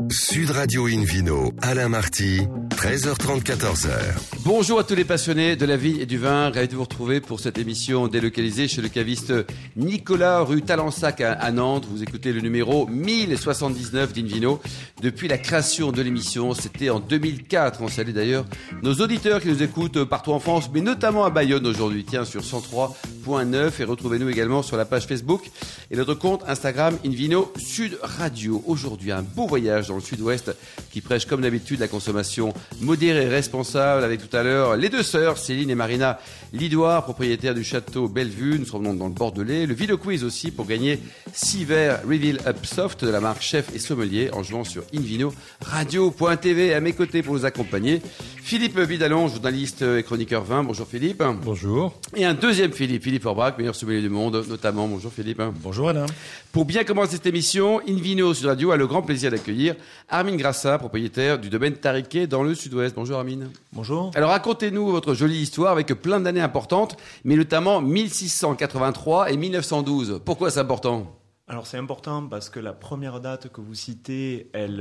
Sud Radio Invino, Alain Marty, 13h30, 14h. Bonjour à tous les passionnés de la vie et du vin. Ravi de vous retrouver pour cette émission délocalisée chez le caviste Nicolas, rue Talensac à Nantes. Vous écoutez le numéro 1079 d'Invino. Depuis la création de l'émission, c'était en 2004. On salue d'ailleurs nos auditeurs qui nous écoutent partout en France, mais notamment à Bayonne aujourd'hui. Tiens, sur 103.9. Et retrouvez-nous également sur la page Facebook et notre compte Instagram Invino Sud Radio. Aujourd'hui, un beau voyage dans le sud-ouest qui prêche comme d'habitude la consommation modérée et responsable, avec tout à l'heure les deux sœurs Céline et Marina Lidoire, propriétaires du château Bellevue. Nous serons dans le Bordelais. Le vidéo quiz aussi pour gagner 6 verres Reveal Up Soft de la marque Chef et Sommelier en jouant sur Invino Radio.tv. À mes côtés pour nous accompagner, Philippe Vidalon, journaliste et chroniqueur vin. Bonjour Philippe. Bonjour. Et un deuxième Philippe Orbach, meilleur sommelier du monde notamment. Bonjour Philippe. Bonjour Alain. Pour bien commencer cette émission, Invino Sud Radio a le grand plaisir d'accueillir Armin Grassa, propriétaire du domaine Tariquet dans le sud-ouest. Bonjour Armin. Bonjour. Alors racontez-nous votre jolie histoire avec plein d'années importantes, mais notamment 1683 et 1912. Pourquoi c'est important ? Alors c'est important parce que la première date que vous citez, elle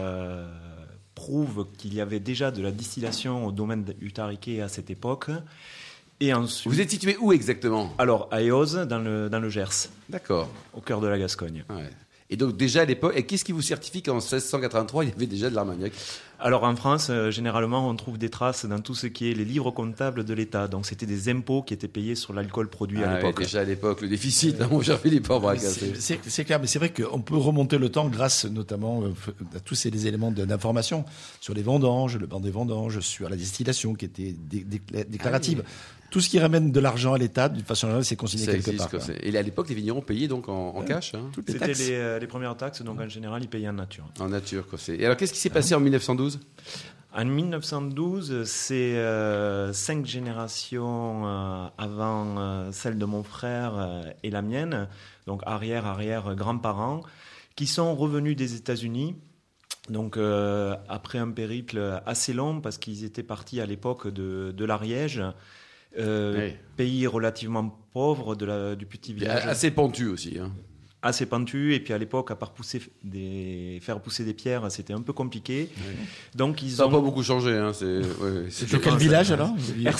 prouve qu'il y avait déjà de la distillation au domaine du Tariquet à cette époque. Et ensuite, vous êtes situé où exactement ? Alors à Eauze, dans le Gers. D'accord. Au cœur de la Gascogne. Ouais. Et donc déjà à l'époque, et qu'est-ce qui vous certifie qu'en 1683, il y avait déjà de l'Armagnac ? Alors en France, généralement, on trouve des traces dans tout ce qui est les livres comptables de l'État. Donc c'était des impôts qui étaient payés sur l'alcool produit à l'époque. Ouais, déjà à l'époque, le déficit, mon cher Philippe Orbach. C'est clair, mais c'est vrai qu'on peut remonter le temps grâce notamment à tous ces éléments d'information sur les vendanges, le banc des vendanges, sur la distillation qui était déclarative. Ah oui. Tout ce qui ramène de l'argent à l'État, d'une façon générale, c'est consigné quelque part. Et à l'époque, les vignerons payaient donc en cash. Hein. C'était les premières taxes, donc en général, ils payaient en nature. En nature, quoi. Et alors, qu'est-ce qui s'est passé en 1912 ? En 1912, c'est 5 générations avant celle de mon frère et la mienne, donc arrière-grands-parents, qui sont revenus des États-Unis. Donc après un périple assez long, parce qu'ils étaient partis à l'époque de l'Ariège, oui. Pays relativement pauvre du petit village. Assez pentu aussi. Hein. Assez pentu, et puis à l'époque, à part faire pousser des pierres, c'était un peu compliqué. Oui. Donc ça n'a pas beaucoup changé. Hein. C'est quel village alors ?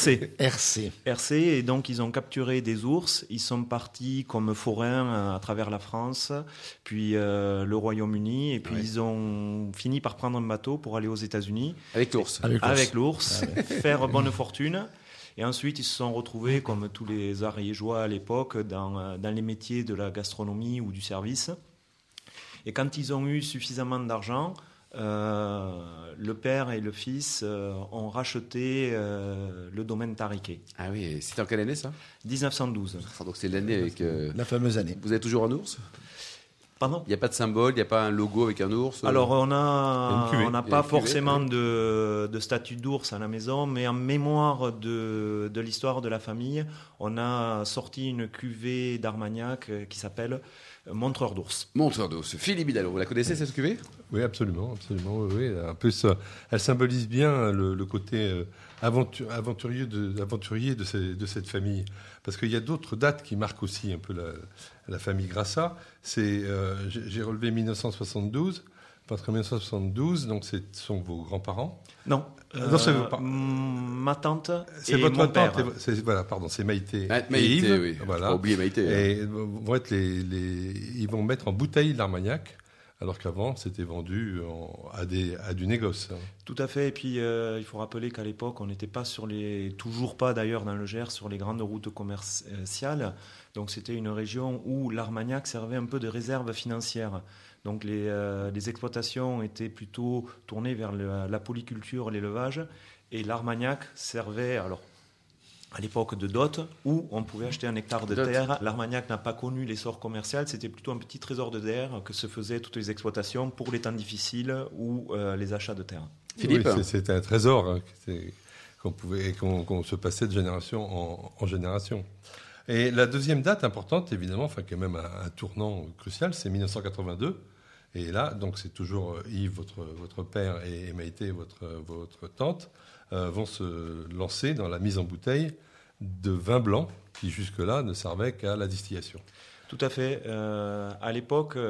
RC. Et donc ils ont capturé des ours. Ils sont partis comme forains à travers la France, puis le Royaume-Uni, et puis ils ont fini par prendre un bateau pour aller aux États-Unis. Avec l'ours. Avec l'ours, faire bonne fortune. Et ensuite, ils se sont retrouvés, comme tous les Ariégeois à l'époque, dans les métiers de la gastronomie ou du service. Et quand ils ont eu suffisamment d'argent, le père et le fils ont racheté le domaine Tariquet. Ah oui, c'était en quelle année ça ? 1912. Donc c'est l'année avec... La fameuse année. Vous avez toujours un ours ? Pardon ? Il n'y a pas de symbole, il n'y a pas un logo avec un ours ? Alors, on n'a pas forcément de statue d'ours à la maison, mais en mémoire de l'histoire de la famille, on a sorti une cuvée d'Armagnac qui s'appelle Montreur d'ours. Montreur d'ours. Philippe Vidalon, vous la connaissez cette cuvée ? Oui, absolument. Oui. Un peu ça. Elle symbolise bien le côté aventurier de cette famille. Parce qu'il y a d'autres dates qui marquent aussi un peu la famille Grassa. J'ai relevé 1972. Parce qu'en 1972, donc ce sont vos grands-parents ? Non, c'est vos parents. Ma tante c'est et votre mon tante. père. C'est Maïté. Maïté, Yves. Oui. Voilà. Pas oublier Maïté. Et vont être ils vont mettre en bouteille l'Armagnac, alors qu'avant, c'était vendu à du négoce. Tout à fait. Et puis, il faut rappeler qu'à l'époque, on n'était pas toujours pas d'ailleurs dans le Gers, sur les grandes routes commerciales. Donc, c'était une région où l'Armagnac servait un peu de réserve financière. Donc, les exploitations étaient plutôt tournées vers la polyculture, l'élevage. Et l'Armagnac servait, alors, à l'époque de dot, où on pouvait acheter un hectare de terre. L'Armagnac n'a pas connu l'essor commercial, c'était plutôt un petit trésor de terre que se faisaient toutes les exploitations pour les temps difficiles ou les achats de terre. Philippe, oui, c'était un trésor qu'on se passait de génération en génération. Et la deuxième date importante, évidemment, qui est même un tournant crucial, c'est 1982. Et là, donc c'est toujours Yves, votre père, et Maïté, votre tante, vont se lancer dans la mise en bouteille de vin blanc qui jusque-là ne servait qu'à la distillation. Tout à fait. À l'époque,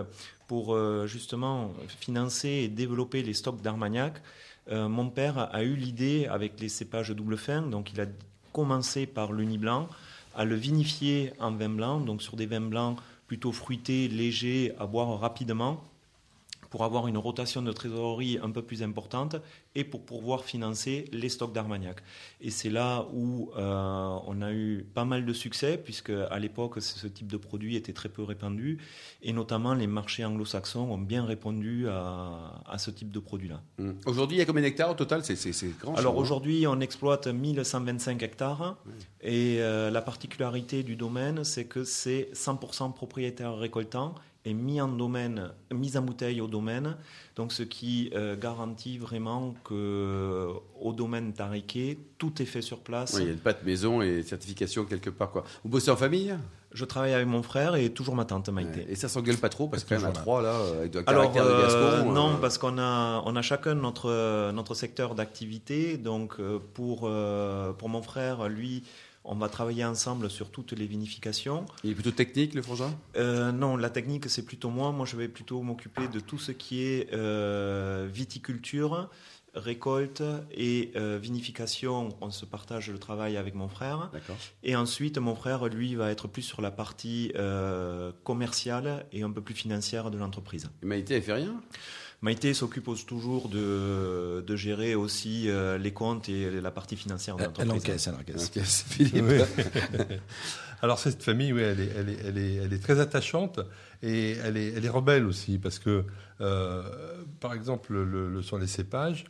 pour justement financer et développer les stocks d'Armagnac, mon père a eu l'idée avec les cépages double fin, donc il a commencé par le Nid blanc, à le vinifier en vin blanc, donc sur des vins blancs plutôt fruités, légers, à boire rapidement, pour avoir une rotation de trésorerie un peu plus importante et pour pouvoir financer les stocks d'Armagnac. Et c'est là où on a eu pas mal de succès, puisque à l'époque, ce type de produit était très peu répandu, et notamment les marchés anglo-saxons ont bien répondu à ce type de produit-là. Aujourd'hui, il y a combien d'hectares au total? C'est grand. Alors aujourd'hui, on exploite 1125 hectares, et la particularité du domaine, c'est que c'est 100% propriétaire récoltant, est mis en bouteille au domaine, donc ce qui garantit vraiment qu'au domaine Tariquet, tout est fait sur place. Oui, il y a une pâte maison et certification quelque part, quoi. Vous bossez en famille? Je travaille avec mon frère et toujours ma tante Maïté. Et ça s'engueule pas trop parce que quand même à 3 là, avec un Alors, caractère de Gascon. Non, parce qu'on a chacun notre secteur d'activité. Donc pour mon frère, lui, on va travailler ensemble sur toutes les vinifications. Il est plutôt technique, le frangin? Non, la technique, c'est plutôt moi. Moi, je vais plutôt m'occuper de tout ce qui est viticulture, récolte et vinification. On se partage le travail avec mon frère. D'accord. Et ensuite, mon frère, lui, va être plus sur la partie commerciale et un peu plus financière de l'entreprise. Et Maïté, elle fait rien? Maïté s'occupe toujours de gérer aussi les comptes et la partie financière de l'entreprise. Elle encaisse. Philippe. Oui. Alors cette famille, oui, elle est très attachante et elle est rebelle aussi parce que, par exemple, sur les cépages,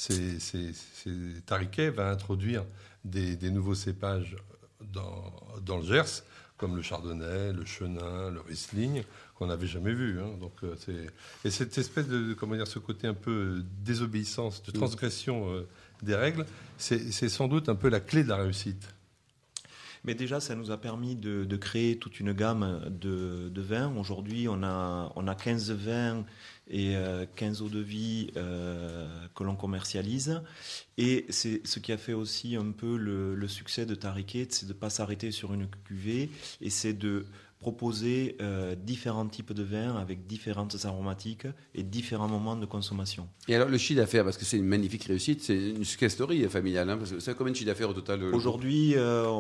Tariquet va introduire des nouveaux cépages dans le Gers, comme le Chardonnay, le Chenin, le Riesling, qu'on n'avait jamais vu. Hein. Donc, et cette espèce de, comment dire, ce côté un peu désobéissance, de transgression des règles, c'est sans doute un peu la clé de la réussite. Mais déjà, ça nous a permis de créer toute une gamme de vins. Aujourd'hui, on a 15 vins et 15 eaux-de-vie que l'on commercialise. Et c'est ce qui a fait aussi un peu le succès de Tariquet, c'est de ne pas s'arrêter sur une cuvée, et c'est de proposer différents types de vins avec différentes aromatiques et différents moments de consommation. Et alors le chiffre d'affaires, parce que c'est une magnifique réussite, c'est une success story familiale, hein, parce que c'est combien de chiffre d'affaires au total? Aujourd'hui,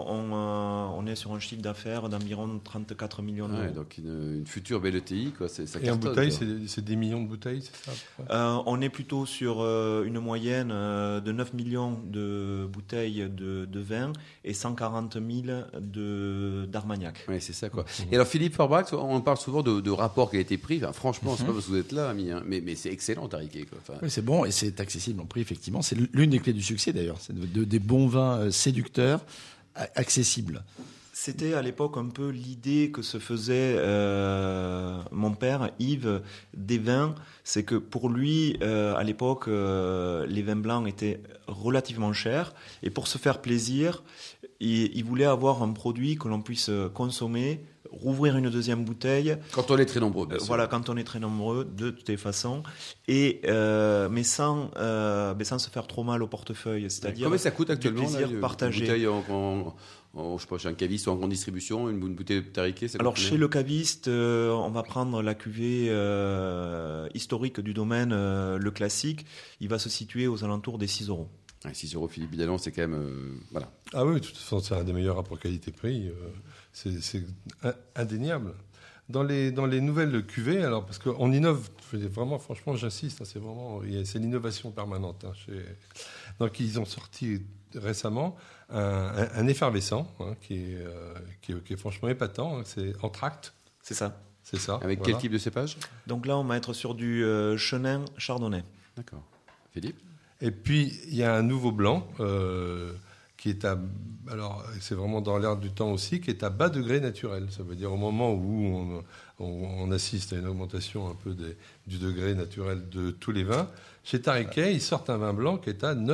on est sur un chiffre d'affaires d'environ 34 millions d'euros. Ouais, donc une future belle ETI, quoi. Ça et en cartonne, bouteille, quoi. c'est des millions de bouteilles, c'est ça? On est plutôt sur une moyenne de 9 millions de bouteilles de vin et 140 000 d'Armagnac. Oui, c'est ça, quoi. Et alors Philippe Forbach, on parle souvent de rapport qui a été pris. Enfin, franchement, c'est pas parce que vous êtes là, ami, hein, mais c'est excellent, Tariquet, quoi. Enfin, oui, c'est bon et c'est accessible en prix, effectivement. C'est l'une des clés du succès, d'ailleurs. C'est des bons vins séducteurs, accessibles. C'était à l'époque un peu l'idée que se faisait mon père, Yves, des vins. C'est que pour lui, à l'époque, les vins blancs étaient relativement chers. Et pour se faire plaisir, il voulait avoir un produit que l'on puisse consommer, rouvrir une deuxième bouteille. quand on est très nombreux, bien sûr. Voilà, quand on est très nombreux, de toutes les façons. Et, mais sans se faire trop mal au portefeuille. C'est-à-dire combien ça coûte actuellement, du plaisir là, partagé. une bouteille je sais pas, chez un caviste ou en grande distribution, une bouteille de Tariquet, ça coûte Alors combien? chez le caviste, on va prendre la cuvée historique du domaine, le classique. Il va se situer aux alentours des 6 euros. 6 euros, Philippe Bidalon, c'est quand même... voilà. Ah oui, de toute façon, c'est un des meilleurs rapports qualité-prix. C'est indéniable. Dans les nouvelles cuvées, alors, parce qu'on innove, vraiment, franchement, j'insiste, hein, c'est l'innovation permanente. Hein, donc, ils ont sorti récemment un effervescent qui est franchement épatant. Hein, c'est Entracte. C'est ça. C'est ça. Avec voilà. quel type de cépage? Donc là, on va être sur du Chenin Chardonnay. D'accord. Philippe? Et puis, il y a un nouveau blanc qui est alors c'est vraiment dans l'air du temps aussi, qui est à bas degré naturel. Ça veut dire au moment où on assiste à une augmentation un peu du degré naturel de tous les vins. Chez Tariquet, ils sortent un vin blanc qui est à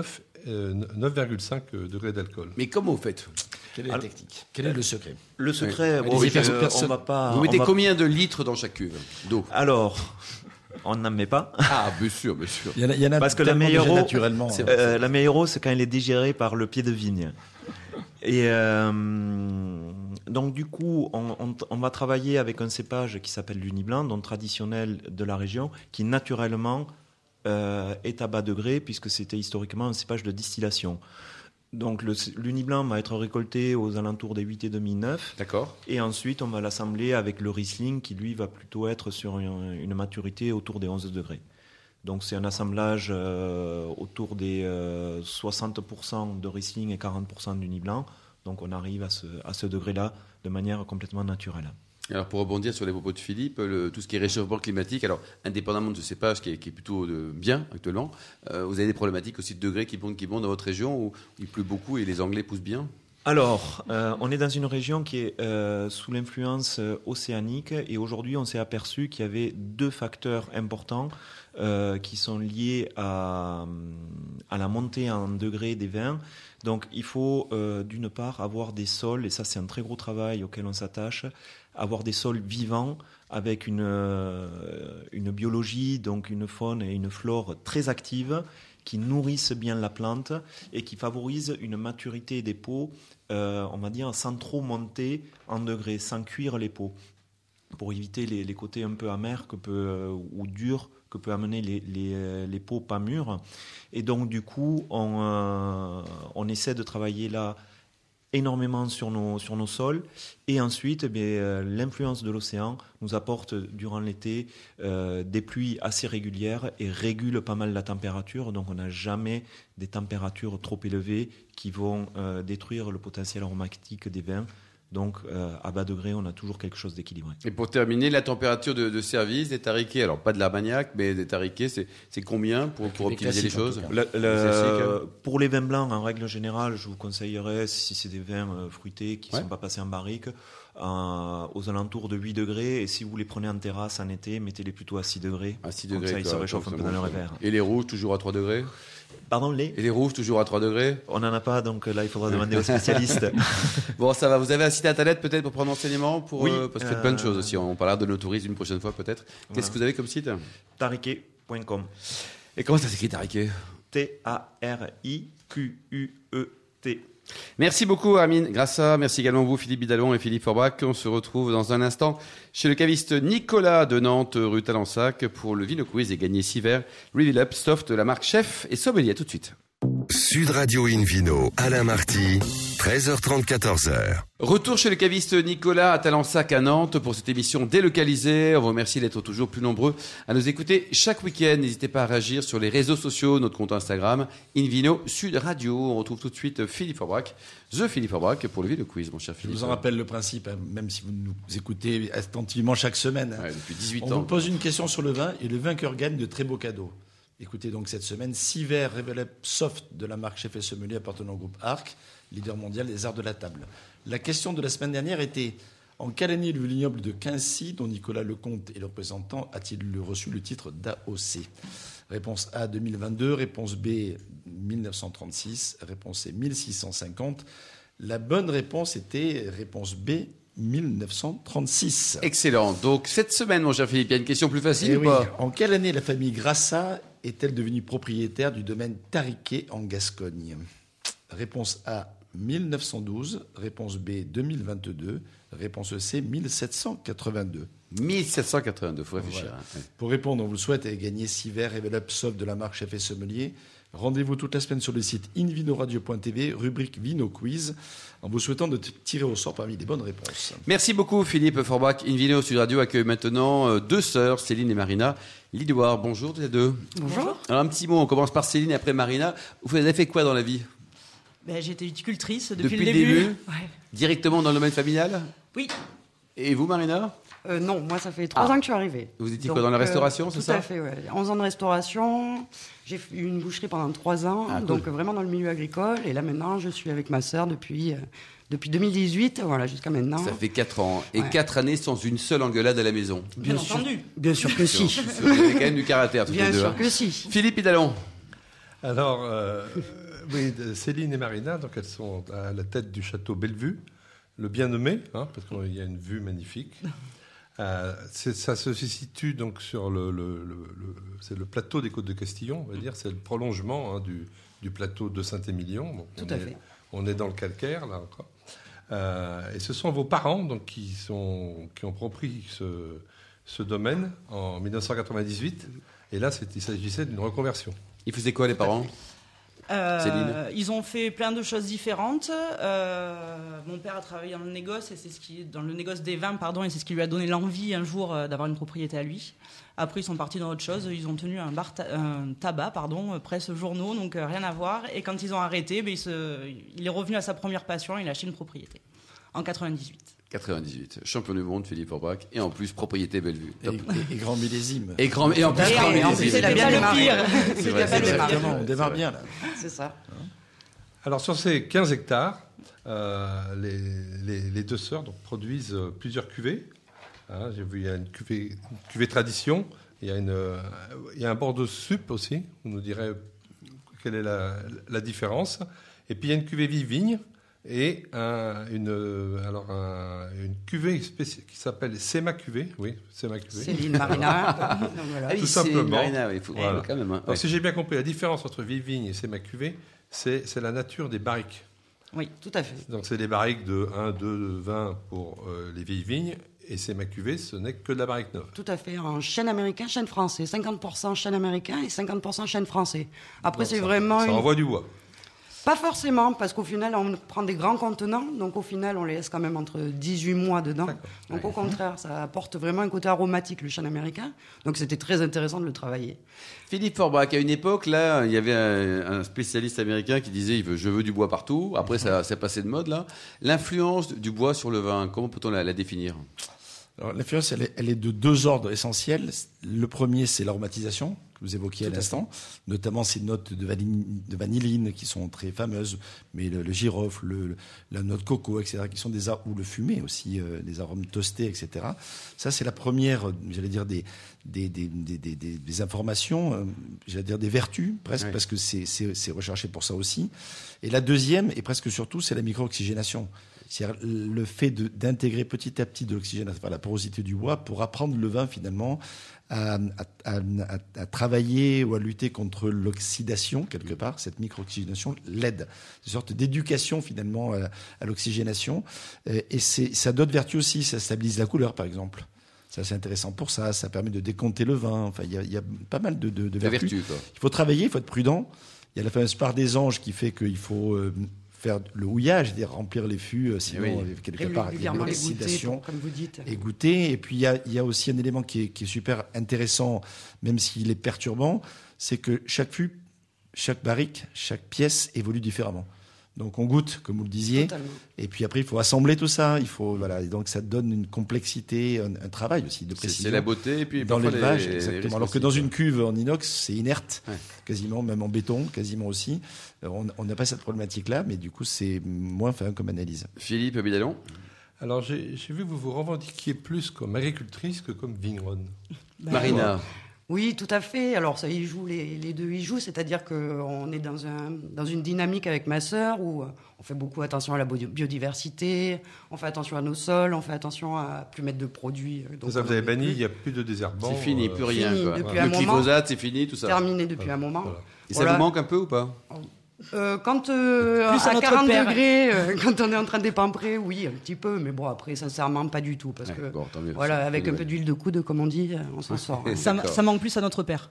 9,5 degrés d'alcool. Mais comment vous faites? Quelle est la technique? Quel est le secret? Le secret, Oui. bon, Les on va pas... Vous mettez on va- combien de litres dans chaque cuve d'eau? Alors, on n'en met pas. Ah, bien sûr, bien sûr. Il y en a Parce que la tellement meilleure déjà eau, naturellement. la meilleure eau, c'est quand elle est digérée par le pied de vigne. Et Donc du coup, on va travailler avec un cépage qui s'appelle l'Uni-Blanc, donc traditionnel de la région, qui naturellement est à bas degré, puisque c'était historiquement un cépage de distillation. Donc l'Uni-Blanc va être récolté aux alentours des 8 et demi 9. D'accord. Et ensuite, on va l'assembler avec le Riesling, qui lui va plutôt être sur une maturité autour des 11 degrés. Donc c'est un assemblage autour des 60% de Riesling et 40% d'Uni-Blanc. Donc on arrive à ce degré-là de manière complètement naturelle. Alors pour rebondir sur les propos de Philippe, tout ce qui est réchauffement climatique, alors indépendamment de ce cépage qui est plutôt bien actuellement, vous avez des problématiques aussi de degrés qui montent dans votre région où il pleut beaucoup et les Anglais poussent bien? Alors, on est dans une région qui est sous l'influence océanique et aujourd'hui on s'est aperçu qu'il y avait 2 facteurs importants qui sont liés à la montée en degrés des vins. Donc il faut d'une part avoir des sols, et ça c'est un très gros travail auquel on s'attache, avoir des sols vivants avec une biologie, donc une faune et une flore très actives qui nourrissent bien la plante et qui favorisent une maturité des pots, on va dire, sans trop monter en degrés, sans cuire les pots, pour éviter les côtés un peu amers ou durs que peut amener les pots pas mûrs. Et donc du coup, on essaie de travailler là énormément sur nos sols, et ensuite l'influence de l'océan nous apporte durant l'été des pluies assez régulières et régule pas mal la température, donc on n'a jamais des températures trop élevées qui vont détruire le potentiel aromatique des vins. Donc à bas degré, on a toujours quelque chose d'équilibré. Et pour terminer, la température de service des tariquets, alors pas de l'Armagnac, mais des tariquets, c'est combien pour optimiser les choses? Pour les vins blancs, en règle générale, je vous conseillerais, si c'est des vins fruités qui ne sont pas passés en barrique, aux alentours de 8 degrés. Et si vous les prenez en terrasse en été, mettez-les plutôt à 6 degrés. À 6 Comme degrés. ça, ils se réchauffent un peu dans leur verre. Et les rouges, toujours à 3 degrés? Pardon, Et les rouges, toujours à 3 degrés? On n'en a pas, donc là, il faudra demander aux spécialistes. Bon, ça va. Vous avez un site internet peut-être pour prendre enseignement Oui, parce que vous faites plein de choses aussi. On parlera de nos touristes une prochaine fois peut-être. Qu'est-ce que vous avez comme site? Tariquet.com. Et comment ça s'écrit Tariquet? T-A-R-I-Q-U-E-T. Merci beaucoup Amine Grassa, merci également vous Philippe Bidalon et Philippe Forbach. On se retrouve dans un instant chez le caviste Nicolas de Nantes, rue Talensac, pour le Vino Quiz et gagner 6 verres Reveal Up Soft de la marque Chef et Sommelier. À tout de suite. Sud Radio Invino, Alain Marty, 13h30, 14h. Retour chez le caviste Nicolas à Talensac à Nantes pour cette émission délocalisée. On vous remercie d'être toujours plus nombreux à nous écouter chaque week-end. N'hésitez pas à réagir sur les réseaux sociaux, notre compte Instagram, Invino Sud Radio. On retrouve tout de suite Philippe Forbach, Philippe Forbach pour le Vino Quiz, mon cher Philippe. Je vous en rappelle le principe, même si vous nous écoutez attentivement chaque semaine. Ouais, depuis 18 On ans. vous pose une question sur le vin et le vainqueur gagne de très beaux cadeaux. Écoutez donc cette semaine 6 verres Reveal Up Soft de la marque Chef et Sommelier appartenant au groupe Arc, leader mondial des arts de la table. La question de la semaine dernière était: en quelle année le vignoble de Quincy, dont Nicolas Lecomte est le représentant, a-t-il reçu le titre d'AOC? Réponse A 2022, réponse B 1936, réponse C 1650. La bonne réponse était réponse B 1936. Excellent. Donc cette semaine, mon cher Philippe, il y a une question plus facile ou Oui. pas? En quelle année la famille Grassa est-elle devenue propriétaire du domaine Tariquet en Gascogne? Réponse A 1912, réponse B 2022, réponse C 1782. 1782, il faut réfléchir. Voilà. Hein. Pour répondre, on vous le souhaite, et gagner 6 verres Reveal Up Soft de la marque Chef et Sommelier. Rendez-vous toute la semaine sur le site invinoradio.tv, rubrique Vino Quiz, en vous souhaitant de tirer au sort parmi les bonnes réponses. Merci beaucoup Philippe Forbach. Invino Sud Radio accueille maintenant 2 sœurs, Céline et Marina Lidoire. Bonjour toutes les deux. Bonjour. Alors un petit mot, on commence par Céline et après Marina. Vous avez fait quoi dans la vie? J'ai été viticultrice depuis le le début. Ouais. Directement dans le domaine familial? Oui. Et vous Marina? Non, moi ça fait 3 ans que je suis arrivée. Vous étiez quoi, dans la restauration, c'est ça? Tout à fait, ouais. 11 ans de restauration, j'ai fait une boucherie pendant 3 ans, Ah, cool. donc vraiment dans le milieu agricole. Et là maintenant, je suis avec ma sœur depuis 2018, voilà, jusqu'à maintenant. Ça fait 4 ans. Et Ouais. 4 années sans une seule engueulade à la maison. Bien sûr. entendu. Bien sûr que si. Vous avez quand même du caractère toutes Bien les deux. sûr hein. que si. Philippe Hidalon. Alors, oui, Céline et Marina, donc elles sont à la tête du château Bellevue, le bien nommé, parce qu'il y a une vue magnifique. Ça se situe donc sur c'est le plateau des Côtes de Castillon, on va dire, c'est le prolongement du plateau de Saint-Émilion. Donc Tout à fait. On est dans le calcaire, là encore. Et ce sont vos parents donc, qui ont repris ce domaine en 1998. Et là, il s'agissait d'une reconversion. Ils faisaient quoi, les parents ? Céline ? Ils ont fait plein de choses différentes. Mon père a travaillé dans le négoce, dans le négoce des vins, et c'est ce qui lui a donné l'envie un jour d'avoir une propriété à lui. Après, ils sont partis dans autre chose. Ils ont tenu un tabac, presse journaux, donc rien à voir. Et quand ils ont arrêté, il est revenu à sa première passion. Il a acheté une propriété en 98. 98, champion du monde, Philippe Forbach, et en plus propriété Bellevue. Et grand millésime. Et en plus grand millésime. C'est la bien démarré. C'est vrai, c'est vrai. On démarre bien là. C'est ça. Alors sur ces 15 hectares, les deux sœurs donc, produisent plusieurs cuvées. Hein, j'ai vu, il y a une cuvée tradition, il y a un Bordeaux Sup aussi, on nous dirait quelle est la différence. Et puis il y a une cuvée vive-vigne et une cuvée qui s'appelle Sema Cuvée. Oui, Sema Cuvée. Céline Marina. Donc, voilà. Tout simplement. Marina, oui, voilà. Quand même. Hein. Donc, si j'ai bien compris, la différence entre vive-vigne et Sema Cuvée, c'est la nature des barriques. Oui, tout à fait. Donc c'est des barriques de 1, 2, 20 pour les vieilles vignes. Et Sema Cuvée, ce n'est que de la barrique neuve. Tout à fait, en chêne américain, chêne français. 50% chêne américain et 50% chêne français. Après, donc, c'est vraiment... Ça envoie du bois. Pas forcément, parce qu'au final, on prend des grands contenants. Donc, au final, on les laisse quand même entre 18 mois dedans. D'accord. Donc, au contraire, ça apporte vraiment un côté aromatique, le chêne américain. Donc, c'était très intéressant de le travailler. Philippe Forbach, à une époque, là, il y avait un spécialiste américain qui disait je veux du bois partout. Après, ça s'est passé de mode, là. L'influence du bois sur le vin, comment peut-on la définir ? Alors, l'influence, elle est de deux ordres essentiels. Le premier, c'est l'aromatisation, que vous évoquiez à l'instant, notamment ces notes de vanilline qui sont très fameuses, mais le girofle, la note coco, etc., qui sont ou le fumé aussi, des arômes toastés, etc. Ça, c'est la première, j'allais dire, des informations, j'allais dire des vertus, presque, oui. parce que c'est recherché pour ça aussi. Et la deuxième, et presque surtout, c'est la micro-oxygénation. C'est-à-dire le fait d'intégrer petit à petit de l'oxygène à travers la porosité du bois pour apprendre le vin finalement à travailler ou à lutter contre l'oxydation quelque part. Cette micro-oxygénation l'aide. C'est une sorte d'éducation finalement à l'oxygénation. Et ça a d'autres vertus aussi. Ça stabilise la couleur par exemple. Ça, c'est intéressant pour ça. Ça permet de décompter le vin. Enfin, il y a pas mal de vertus. Il faut travailler, il faut être prudent. Il y a la fameuse part des anges qui fait qu'il faut faire le houillage, c'est-à-dire remplir les fûts, sinon quelque part régulièrement les l'oxydation, comme vous dites. et goûter. Et puis il y a aussi un élément qui est super intéressant, même s'il est perturbant, c'est que chaque fût, chaque barrique, chaque pièce évolue différemment. Donc on goûte, comme vous le disiez, Totalement. et puis après il faut assembler tout ça. Et donc ça donne une complexité, un travail aussi de précision. C'est la beauté et puis dans parfois l'élevage, les exactement. Alors que risques dans aussi, une cuve en inox, c'est inerte, Ouais. quasiment, même en béton, quasiment aussi. On n'a pas cette problématique-là, mais du coup c'est moins fin comme analyse. Philippe Bidalon. Alors j'ai vu que vous vous revendiquiez plus comme agricultrice que comme vigneronne. Marina. Oui, tout à fait. Alors, ça y joue, les deux y jouent, c'est-à-dire qu'on est dans une dynamique avec ma sœur où on fait beaucoup attention à la biodiversité, on fait attention à nos sols, on fait attention à plus mettre de produits. Donc Ça, vous avez banni, il n'y a plus de désherbant. C'est fini, plus rien. fini Quoi. depuis Le un moment. glyphosate, c'est fini, tout ça. terminé depuis un moment. Voilà. Et ça vous manque un peu ou pas ? Quand à à notre 40 père. degrés, quand on est en train d'épamprer, oui, un petit peu, mais bon, après, sincèrement, pas du tout, parce que Bon, tant mieux. voilà, avec un Ouais. peu d'huile de coude, comme on dit, on s'en sort. hein. Ça manque plus à notre père.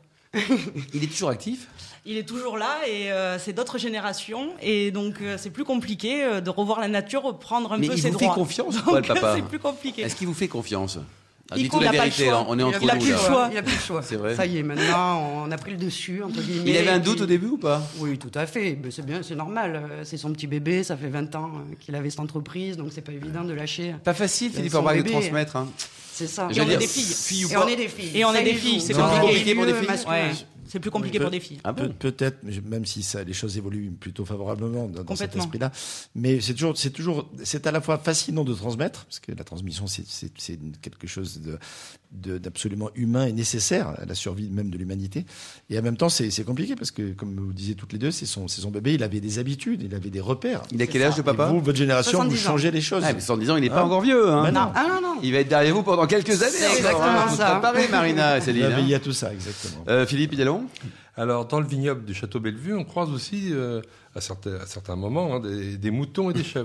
Il est toujours actif ? Il est toujours là et c'est d'autres générations et donc c'est plus compliqué de revoir la nature, prendre un Mais peu il ses vous droits. fait confiance ou Donc, pas, le papa c'est plus compliqué. Est-ce qu'il vous fait confiance ? Il Dites-nous la n'a pas le vérité, choix. là, on est entre Il a nous. plus le là. choix. Il a plus le choix. C'est vrai. Ça y est, maintenant, on a pris le dessus, entre guillemets. Il avait un et puis- doute au début ou pas ? Oui, tout à fait. Mais c'est bien, c'est normal. C'est son petit bébé, ça fait 20 ans qu'il avait cette entreprise, donc c'est pas évident de lâcher. Pas facile, Philippe Son Forbach, de bébé. transmettre. Hein. C'est ça. J'allais on est dire, des filles. filles ou Et pas. on est des filles. Et on est Ça des y filles, joue. c'est Non, compliqué pour des milieu filles. masculin. Ouais. C'est plus compliqué pour des filles. Ah bon ? Peut-être, même si les choses évoluent plutôt favorablement dans cet Complètement. esprit-là. Mais c'est à la fois fascinant de transmettre, parce que la transmission, c'est quelque chose d'absolument humain et nécessaire à la survie même de l'humanité. Et en même temps, c'est compliqué, parce que, comme vous disiez toutes les deux, c'est son bébé, il avait des habitudes, il avait des repères. Il a quel âge, le papa ? Et vous, votre génération, vous 70 ans. changez les choses. Ah, mais 110 ans, il n'est pas Hein ? encore vieux. Hein. Bah non. Ah non, non. Il va être derrière vous pendant quelques années. C'est encore, hein. exactement Faut ça. se préparer, Marina et Céline. Vous avez hein. veillé à tout ça, exactement. Philippe Bidalon. Alors dans le vignoble du Château Bellevue, on croise aussi à certains moments des moutons et des chèvres.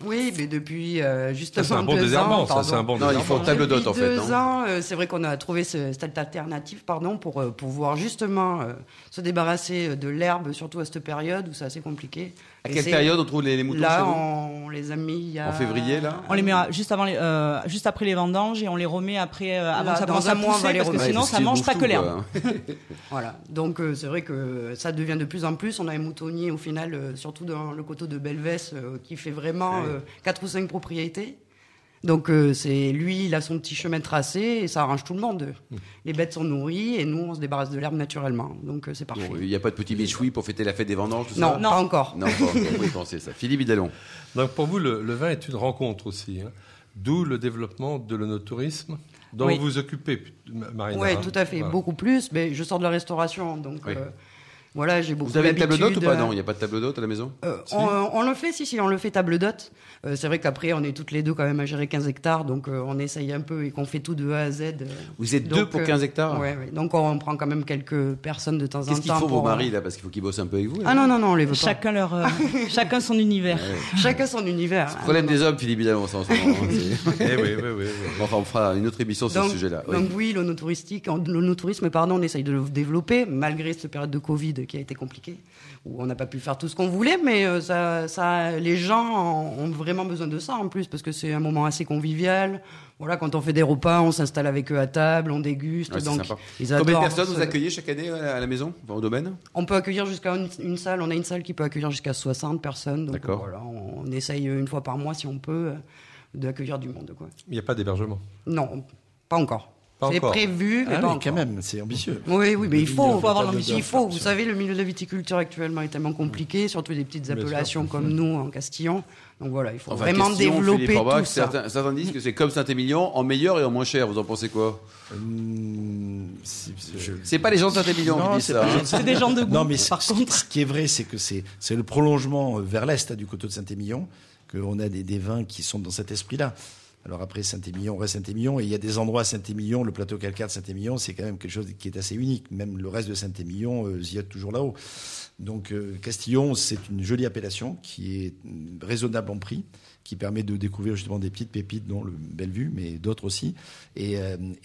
Oui, mais depuis justement c'est un bon 2 désherbant, ans. ça, c'est un bon Non, il faut un tableau d'hôte en Depuis fait. 2 ans, c'est vrai qu'on a trouvé cette alternative, pour pouvoir justement se débarrasser de l'herbe, surtout à cette période où c'est assez compliqué. À Et quelle c'est- période on trouve les moutons chez Là, vous on les a mis il y a... En février, là On les met juste après les vendanges et on les remet après, avant Là, que ça dans commence un à mois, on va pousser, les parce que remettre. sinon Ouais, ça qu'ils mange bouffent pas tout, que l'herbe. quoi. Voilà, donc c'est vrai que ça devient de plus en plus. On a un moutonnier au final, surtout dans le coteau de Belvès, qui fait vraiment 4 ou 5 propriétés. Donc lui, il a son petit chemin tracé et ça arrange tout le monde. Les bêtes sont nourries et nous, on se débarrasse de l'herbe naturellement. Donc c'est parfait. Bon, il n'y a pas de petit méchoui pour fêter la fête des vendanges, tout Non, ça pas encore. Non, pas encore. Vous y pensez ça. Philippe Hidalon. Donc pour vous, le vin est une rencontre aussi, hein. D'où le développement de l'onotourisme dont Oui. vous vous occupez, Marina. Oui, hein. tout à fait, Voilà. beaucoup plus. Mais je sors de la restauration, donc Oui. voilà, j'ai beaucoup Vous avez une table d'hôte ou d'habitude. pas? Non, il n'y a pas de table d'hôte à la maison Si. On le fait, si, on le fait table d'hôte. C'est vrai qu'après, on est toutes les deux quand même à gérer 15 hectares, donc on essaye un peu et qu'on fait tout de A à Z. Vous êtes Donc, deux pour 15 hectares Ouais, ouais. Donc on prend quand même quelques personnes de temps en temps. Qu'est-ce qu'il faut vos pour, maris là? Parce qu'il faut qu'ils bossent un peu avec vous. là. Ah non, on les veut pas. Chacun son univers. Chacun son univers. Le problème des hommes, Philippe Hidalon, ça en ce moment. hein, c'est- Eh oui. Enfin, on fera une autre émission sur ce sujet-là. Oui. Donc oui, l'onotourisme, on essaye de le développer, malgré cette période de Covid qui a été compliquée, où on n'a pas pu faire tout ce qu'on voulait, mais les gens ont vraiment besoin de ça en plus, parce que c'est un moment assez convivial. Voilà, quand on fait des repas, on s'installe avec eux à table, on déguste. Ouais, c'est donc sympa. ils adorent. Combien de personnes vous accueillez chaque année à la maison, enfin, au domaine? On peut accueillir jusqu'à une salle. On a une salle qui peut accueillir jusqu'à 60 personnes. Donc D'accord. voilà, on essaye une fois par mois, si on peut, d'accueillir du monde, quoi. Il n'y a pas d'hébergement. Non, pas encore. Pas C'est encore. prévu, mais Ah pas oui, encore. quand même, c'est ambitieux. Oui, mais il faut faut avoir l'ambition. l'ambition. Il faut. Vous savez, le milieu de la viticulture actuellement est tellement compliqué, surtout des petites appellations comme nous en Castillon. Donc voilà, il faut Enfin, vraiment question, développer Philippe Orbach, tout ça. certains disent que c'est comme Saint-Émilion, en meilleur et en moins cher. Vous en pensez quoi? C'est pas les gens de Saint-Émilion qui Non, disent c'est ça. pas hein. les gens de C'est des gens de goût. Non, mais par ce contre. ce qui est vrai, c'est que c'est le prolongement vers l'est du coteau de Saint-Émilion, qu'on a des vins qui sont dans cet esprit-là. Alors après, Saint-Émilion reste Saint-Émilion, et il y a des endroits à Saint-Émilion, le plateau calcaire de Saint-Émilion, c'est quand même quelque chose qui est assez unique. Même le reste de Saint-Émilion ziote toujours là-haut. Donc Castillon, c'est une jolie appellation qui est raisonnable en prix, qui permet de découvrir justement des petites pépites, dont le Bellevue, mais d'autres aussi, et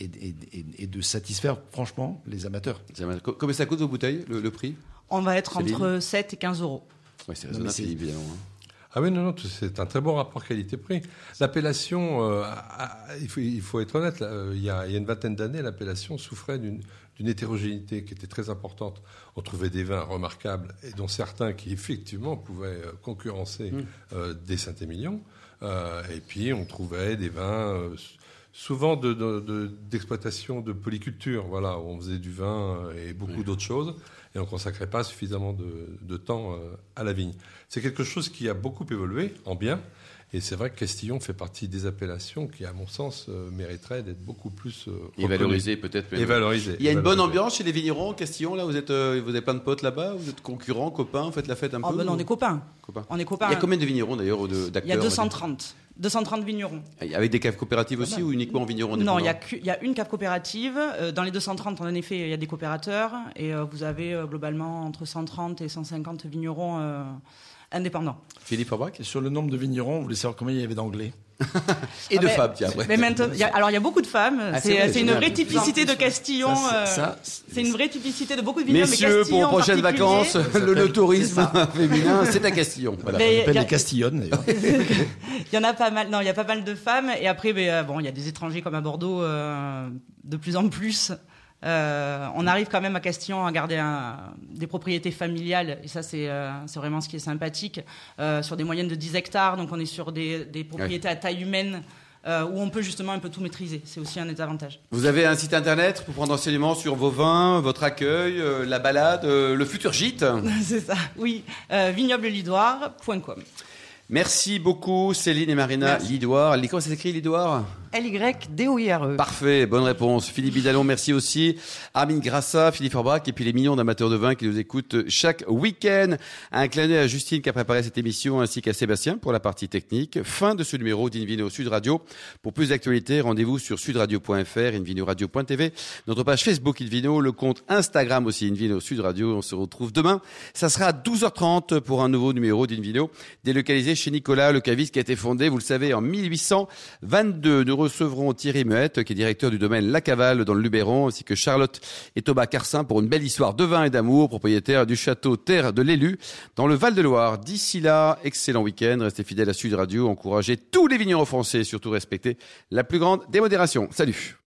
de satisfaire franchement les amateurs. Combien ça coûte vos bouteilles, le prix? On va être Céline entre 7 et 15 euros. Ouais, c'est Non, raisonnable, mais c'est- Philippe Hidalon. hein. Ah oui, non, c'est un très bon rapport qualité-prix. L'appellation, il faut être honnête, là, il y a une vingtaine d'années, l'appellation souffrait d'une hétérogénéité qui était très importante. On trouvait des vins remarquables, et dont certains qui effectivement pouvaient concurrencer des Saint-Émilion. Et puis on trouvait des vins souvent d'exploitation de polyculture, voilà, où on faisait du vin et beaucoup d'autres choses, et on ne consacrait pas suffisamment de temps à la vigne. C'est quelque chose qui a beaucoup évolué en bien, et c'est vrai que Castillon fait partie des appellations qui, à mon sens, mériteraient d'être beaucoup plus Et reconnues. valorisé peut-être. Et valorisées. Il y a une bonne Valorisées. ambiance chez les vignerons, Castillon, là, vous avez plein de potes là-bas, vous êtes concurrents, copains, vous faites la fête un Ah peu ben non, on est copains. copains. On est copains. Il y a combien de vignerons d'ailleurs, ou d'acteurs? Il y a on va dire 230 vignerons. Avec des caves coopératives aussi, ou uniquement vignerons indépendants? Non, il y a une cave coopérative. Dans les 230, en effet, il y a des coopérateurs. Et vous avez globalement entre 130 et 150 vignerons indépendants. Philippe Orbach? Et sur le nombre de vignerons, vous voulez savoir combien il y avait d'anglais? Et de mais- femmes, tiens. Mais maintenant, il y a beaucoup de femmes. Ah, c'est vrai, c'est c'est une bien. vraie typicité de Castillon. C'est une vraie typicité de beaucoup de vignobles. mais Messieurs, pour Castillon les en prochaines particulier. vacances, le tourisme féminin, c'est à Castillon. Voilà. Mais On appelle il y a- les Castillonnes, d'ailleurs. Il y en a pas mal. Non, il y a pas mal de femmes. Et après, bon, il y a des étrangers comme à Bordeaux de plus en plus. On arrive quand même à Castillon à garder des propriétés familiales. Et ça, c'est vraiment ce qui est sympathique. Sur des moyennes de 10 hectares. Donc, on est sur des propriétés à taille humaine où on peut justement un peu tout maîtriser. C'est aussi un des avantages. Vous avez un site internet pour prendre enseignement sur vos vins, votre accueil, la balade, le futur gîte. C'est ça, oui. vignoblelidoire.com. Merci beaucoup Céline et Marina Merci. Lidoire. Comment ça s'écrit Lidoire? Lydoire. Parfait, bonne réponse. Philippe Bidalon, merci aussi. Armin Grassa, Philippe Forbach et puis les millions d'amateurs de vin qui nous écoutent chaque week-end. Un clin d'œil à Justine qui a préparé cette émission ainsi qu'à Sébastien pour la partie technique. Fin de ce numéro d'Invino Sud Radio. Pour plus d'actualités, rendez-vous sur sudradio.fr, invinoradio.tv, notre page Facebook Invino, le compte Instagram aussi Invino Sud Radio. On se retrouve demain. Ça sera à 12h30 pour un nouveau numéro d'Invino délocalisé chez Nicolas, le caviste qui a été fondé, vous le savez, en 1822. Nous recevrons Thierry Muette, qui est directeur du domaine La Cavale dans le Luberon, ainsi que Charlotte et Thomas Carsin pour une belle histoire de vin et d'amour, propriétaire du château Terre de l'Élu dans le Val-de-Loire. D'ici là, excellent week-end. Restez fidèles à Sud Radio. Encouragez tous les vignerons français et surtout respectez la plus grande démodération. Salut!